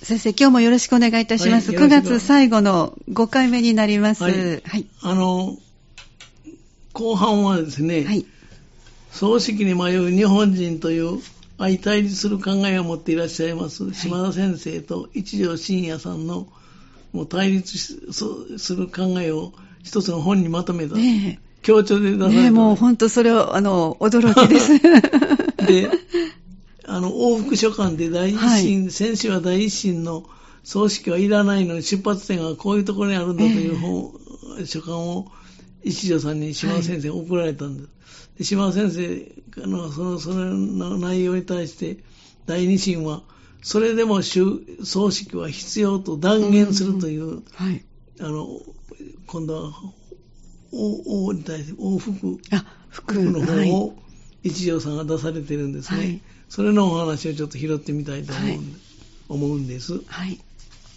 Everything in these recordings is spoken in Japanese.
先生、今日もよろしくお願いいたします。9月最後の5回目になります。はい。はい、 後半はですね、はい、葬式に迷う日本人という相対立する考えを持っていらっしゃいます、はい、島田先生と一条信也さんのもう対立する考えを一つの本にまとめた、ね、強調で出された、ね、 もう本当それは驚きですで往復書簡で第一審、はい、先週は第一審の葬式はいらないのに出発点がこういうところにあるんだという書簡を一条さんに島田先生が送られたんです。はい、で島田先生のその内容に対して第二審はそれでも葬式は必要と断言するという、はい、今度は王に対して往復の方を一条さんが出されているんですね。はい、それのお話をちょっと拾ってみたいと思うんです。はい、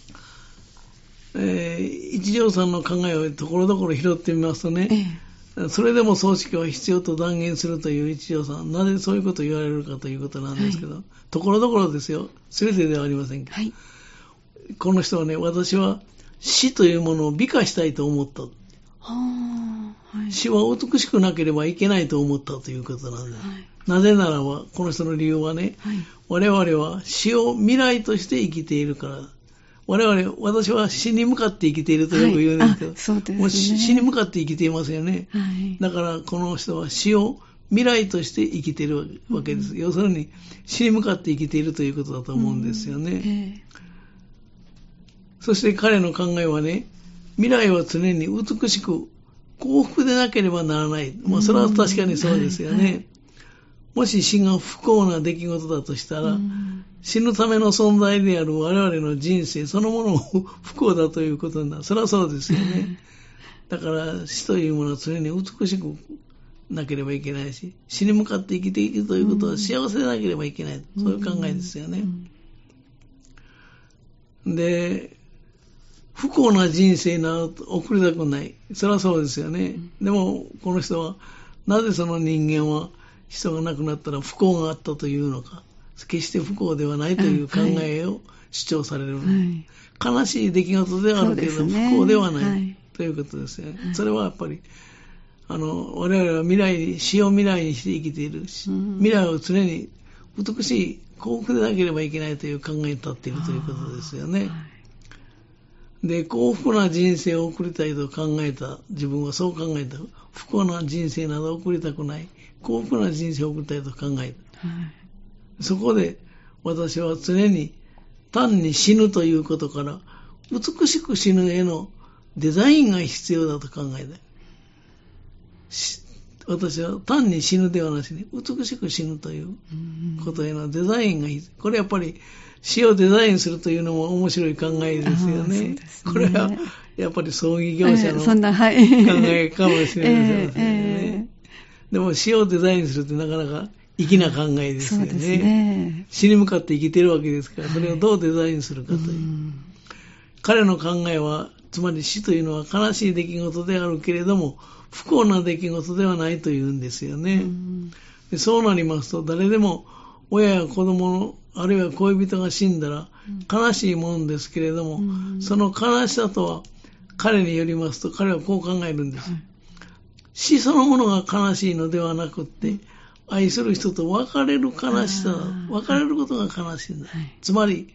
一条さんの考えをところどころ拾ってみますとね、それでも葬式は必要と断言するという一条さん、なぜそういうことを言われるかということなんですけど、はい、ところどころですよ、全てではありませんけど、はい、この人はね、私は死というものを美化したいと思った。はい、死は美しくなければいけないと思ったということなんです。はい、なぜならば、この人の理由はね、はい、我々は死を未来として生きているから。私は死に向かって生きているとよく言うんですけど、はい、そうですね、もう死に向かって生きていますよね。はい、だからこの人は死を未来として生きているわけです。要するに死に向かって生きているということだと思うんですよね。そして彼の考えはね、未来は常に美しく幸福でなければならない。まあそれは確かにそうですよね。はいはい、もし死が不幸な出来事だとしたら、死ぬための存在である我々の人生そのものも不幸だということになる。それはそうですよね。だから死というものは常に美しくなければいけないし、死に向かって生きていくということは幸せでなければいけない。そういう考えですよね。で、不幸な人生など送りたくない。それはそうですよね。でもこの人はなぜその人間は人が亡くなったら不幸があったというのか、決して不幸ではないという考えを主張される、はい、悲しい出来事ではあるけれども、不幸ではない、はい、ということですね。はい、それはやっぱり我々は死を未来にして生きているし、未来を常に美しい幸福でなければいけないという考えに立っているということですよね。で、幸福な人生を送りたいと考えた自分はそう考えた。不幸な人生など送りたくない。幸福な人生を送りたいと考えた。はい、そこで私は常に単に死ぬということから美しく死ぬへのデザインが必要だと考えた。私は単に死ぬではなしに美しく死ぬということへのデザインが必要。これやっぱり死をデザインするというのも面白い考えですよね。これはやっぱり葬儀業者の考えかもしれませんね。でも死をデザインするってなかなか粋な考えですよね。そうですね。死に向かって生きているわけですから、それをどうデザインするかという。彼の考えは、つまり死というのは悲しい出来事であるけれども、不幸な出来事ではないというんですよね。でそうなりますと、誰でも親や子供の、あるいは恋人が死んだら悲しいものですけれども、その悲しさとは彼によりますと、彼はこう考えるんです。死そのものが悲しいのではなくって、愛する人と別れる悲しさ、別れることが悲しいんだ。はい、つまり、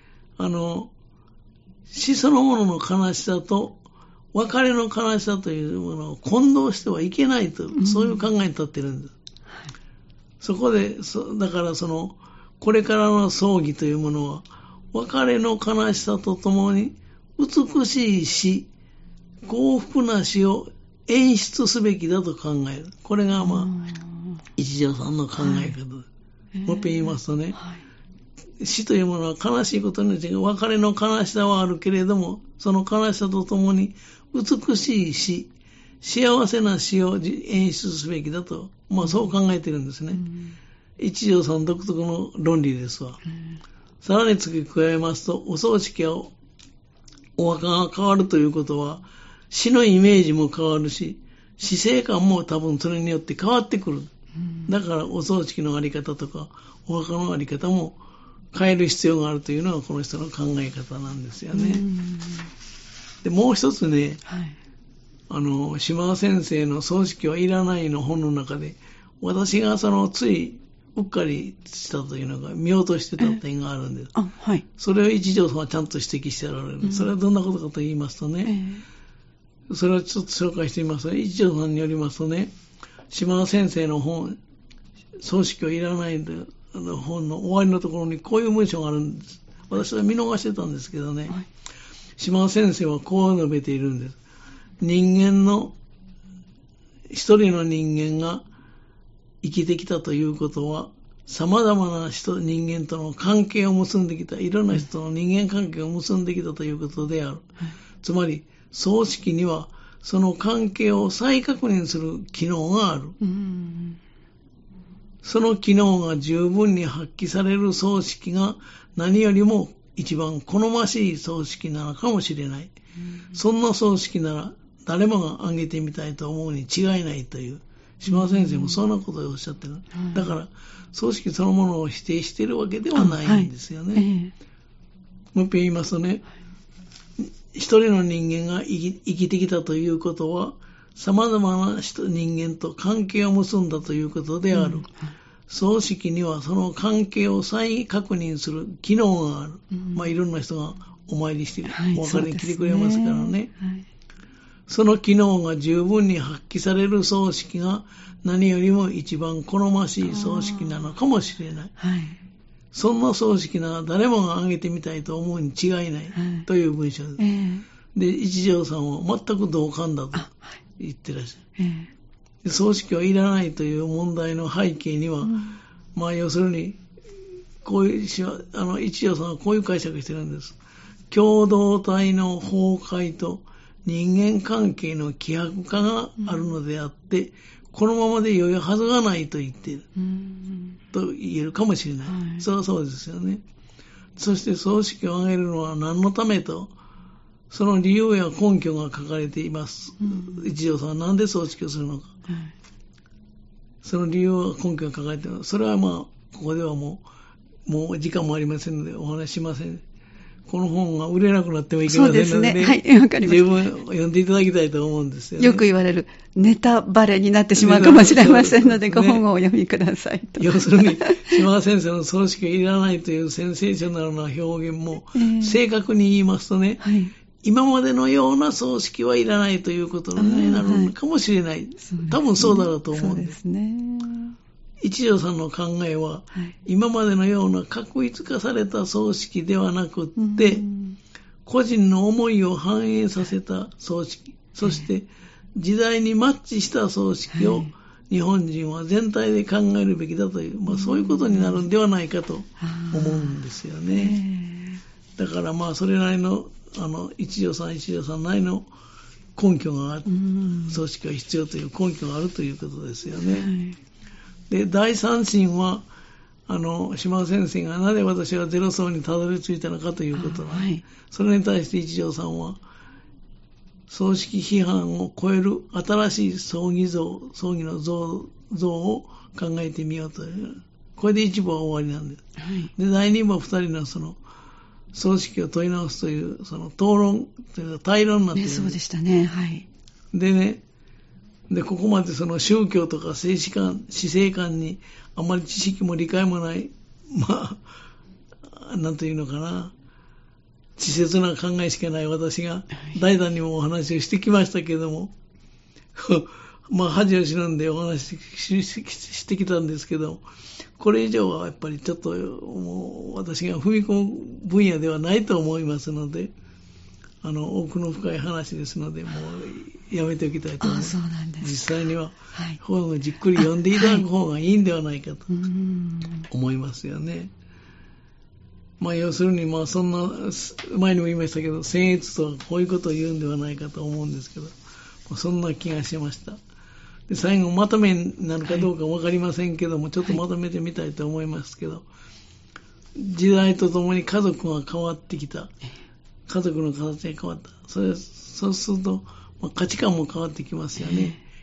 死そのものの悲しさと別れの悲しさというものを混同してはいけないと、そういう考えに立っているんです。はい、そこで、だからこれからの葬儀というものは、別れの悲しさとともに、美しい死、幸福な死を演出すべきだと考える。これが一条さんの考え方。もう一遍言いますとね、死というものは悲しいことについて別れの悲しさはあるけれども、その悲しさとともに美しい死、幸せな死を演出すべきだと、そう考えているんですね。一条さん独特の論理ですわ。さらに付け加えますと、お葬式やお墓が変わるということは、死のイメージも変わるし、死生観も多分それによって変わってくる。だからお葬式のあり方とかお墓のあり方も変える必要があるというのがこの人の考え方なんですよね。でもう一つね、島田先生の葬式はいらないの本の中で、私がついうっかりしたというのが見落としてた点があるんです。それを一条さんはちゃんと指摘しておられる。それはどんなことかと言いますとね、それをちょっと紹介してみますと、一条さんによりますとね、島田先生の本、葬式はいらないの本の終わりのところにこういう文章があるんです。私は見逃してたんですけどね、島田先生はこう述べているんです。一人の人間が生きてきたということは、様々な人間との関係を結んできた、いろんな人との人間関係を結んできたということである。つまり、葬式にはその関係を再確認する機能がある。その機能が十分に発揮される葬式が何よりも一番好ましい葬式なのかもしれない。そんな葬式なら誰もが挙げてみたいと思うに違いないという。島田先生もそんなことをおっしゃってる。だから、葬式そのものを否定しているわけではないんですよね。もう一遍言いますとね、一人の人間が生きてきたということは、様々な人間と関係を結んだということである。葬式にはその関係を再確認する機能がある。いろんな人がお参りしてお別れに来てくれますからね。その機能が十分に発揮される葬式が何よりも一番好ましい葬式なのかもしれない。そんな葬式なら誰もが挙げてみたいと思うに違いないという文章です。で、一条さんは全く同感だと言ってらっしゃる。葬式はいらないという問題の背景には、要するに、こういう一条さんはこういう解釈してるんです。共同体の崩壊と人間関係の希薄化があるのであって、このままで良いはずがないと言っている。と言えるかもしれない。それはそうですよね。そして葬式を挙げるのは何のためと、その理由や根拠が書かれています。一条さんは何で葬式をするのか。その理由や根拠が書かれています。それはここではもう時間もありませんのでお話ししません。この本が売れなくなってもいけませんので、 わかりました。 十分読んでいただきたいと思うんですよね。 よく言われるネタバレになってしまうかもしれませんので、ご本をお読みくださいと。 要するに、島田先生の葬式はいらないというセンセーショナルな表現も、正確に言いますとね、今までのような葬式はいらないということになるのかもしれない。多分そうだろうと思うんです。一条さんの考えは、今までのような確一化された葬式ではなくって、個人の思いを反映させた葬式、そして時代にマッチした葬式を日本人は全体で考えるべきだという、そういうことになるんではないかと思うんですよね。だからそれなりの一条さんなりの根拠がある、葬式が必要という根拠があるということですよね。で、第三審は、島田先生がなぜ私はゼロ葬にたどり着いたのかということなんです。それに対して一条さんは、葬式批判を超える新しい葬儀の像を考えてみようという。これで一部は終わりなんです。で、第二部は二人の葬式を問い直すという、討論というか対論になっている。 そうでしたね。 でね、ここまで宗教とか死生観にあまり知識も理解もない、なんというのかな、稚拙な考えしかない私が大胆にもお話をしてきましたけれども、恥を忍んでお話ししてきたんですけど、これ以上はやっぱりちょっともう私が踏み込む分野ではないと思いますので、奥の深い話ですので、もうやめておきたいと思います。 そうなんです。 実際には本をじっくり読んでいただく方がいいんではないかと思いますよね。要するにそんな前にも言いましたけど、僭越とはこういうことを言うんではないかと思うんですけど、そんな気がしました。で、最後まとめになるかどうか分かりませんけども、ちょっとまとめてみたいと思いますけど、時代とともに家族が変わってきた。家族の形が変わった。そうすると、価値観も変わってきますよね。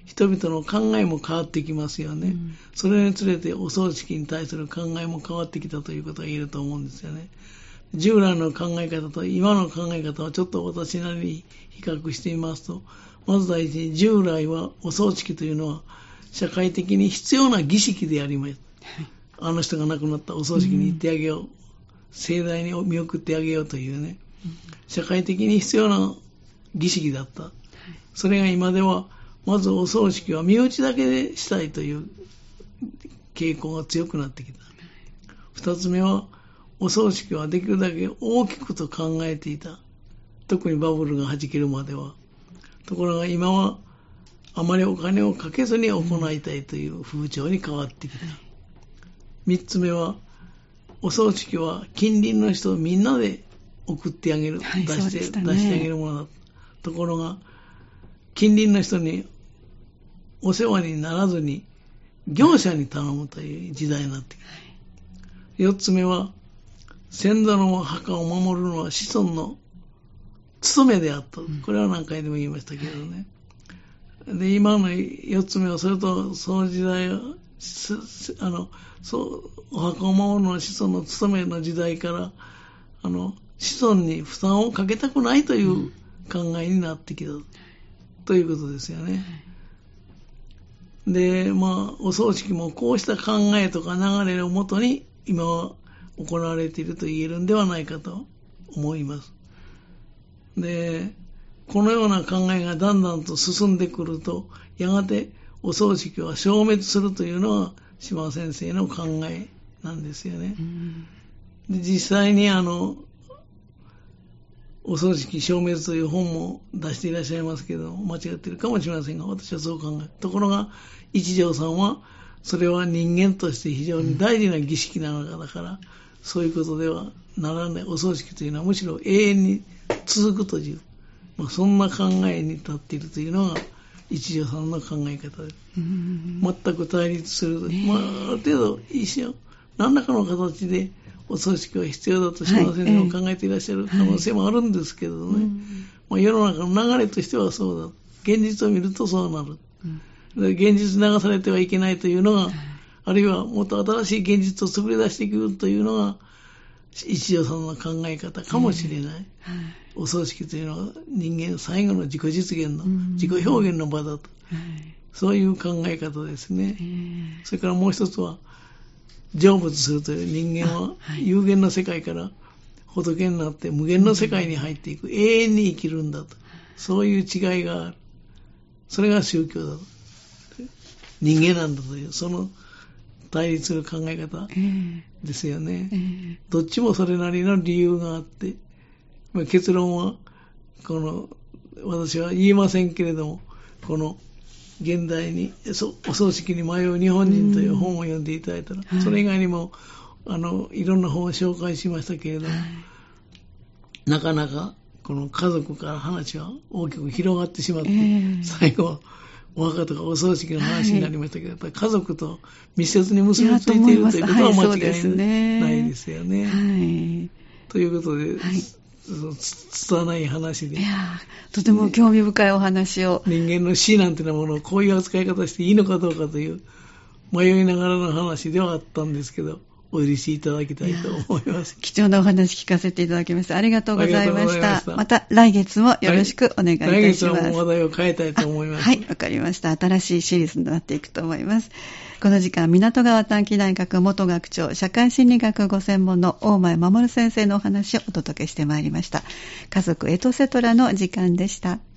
人々の考えも変わってきますよね。それにつれてお葬式に対する考えも変わってきたということが言えると思うんですよね。従来の考え方と今の考え方をちょっと私なりに比較してみますと、まず第一に従来はお葬式というのは社会的に必要な儀式であります。あの人が亡くなったお葬式に行ってあげよう、盛大に見送ってあげようというね、社会的に必要な儀式だった。それが今ではまずお葬式は身内だけでしたいという傾向が強くなってきた。二つ目はお葬式はできるだけ大きくと考えていた。特にバブルが弾けるまでは。ところが今はあまりお金をかけずに行いたいという風潮に変わってきた。三つ目はお葬式は近隣の人をみんなで送ってあげる、出してあげるものだ。ところが近隣の人にお世話にならずに業者に頼むという時代になってきた。四つ目は先祖の墓を守るのは子孫の務めであった。これは何回でも言いましたけどね。で、今の四つ目はそれとその時代はお墓を守るのは子孫の務めの時代から子孫に負担をかけたくないという考えになってきたということですよね。で、お葬式もこうした考えとか流れをもとに今は行われていると言えるんではないかと思います。で、このような考えがだんだんと進んでくると、やがてお葬式は消滅するというのが島先生の考えなんですよね。で、実際にお葬式消滅という本も出していらっしゃいますけど、間違っているかもしれませんが、私はそう考える。ところが、一条さんは、それは人間として非常に大事な儀式なのだから、そういうことではならない。お葬式というのはむしろ永遠に続くという、そんな考えに立っているというのが、一条さんの考え方です。全く対立する。ある程度一緒、何らかの形で、お葬式は必要だと島先生も考えていらっしゃる可能性もあるんですけどね、世の中の流れとしてはそうだ、現実を見るとそうなる、現実に流されてはいけないというのが、あるいはもっと新しい現実を作り出していくというのが一条さんの考え方かもしれない、お葬式というのは人間最後の自己実現の、自己表現の場だと、そういう考え方ですね。それからもう一つは成仏するという人間は有限の世界から仏になって無限の世界に入っていく、永遠に生きるんだと、そういう違いがある。それが宗教だと、人間なんだという、その対立する考え方ですよね。どっちもそれなりの理由があって、結論は私は言えませんけれども、この現代にお葬式に迷う日本人という本を読んでいただいたら、それ以外にもいろんな本を紹介しましたけれども、なかなかこの家族から話は大きく広がってしまって、最後はお墓とかお葬式の話になりましたけど、やっぱり家族と密接に結びついているということは間違いないですよね。ということで、拙い話で、 とても興味深いお話を、 人間の死なんてなものをこういう扱い方していいのかどうかという迷いながらの話ではあったんですけど、お許しいただきたいと思います。 貴重なお話聞かせていただきましてありがとうございました。また来月もよろしくお願いいたします。 来月はもう話題を変えたいと思います。 はい、わかりました。新しいシリーズになっていくと思います。この時間、港川短期大学元学長、社会心理学ご専門の大前守先生のお話をお届けしてまいりました。家族エトセトラの時間でした。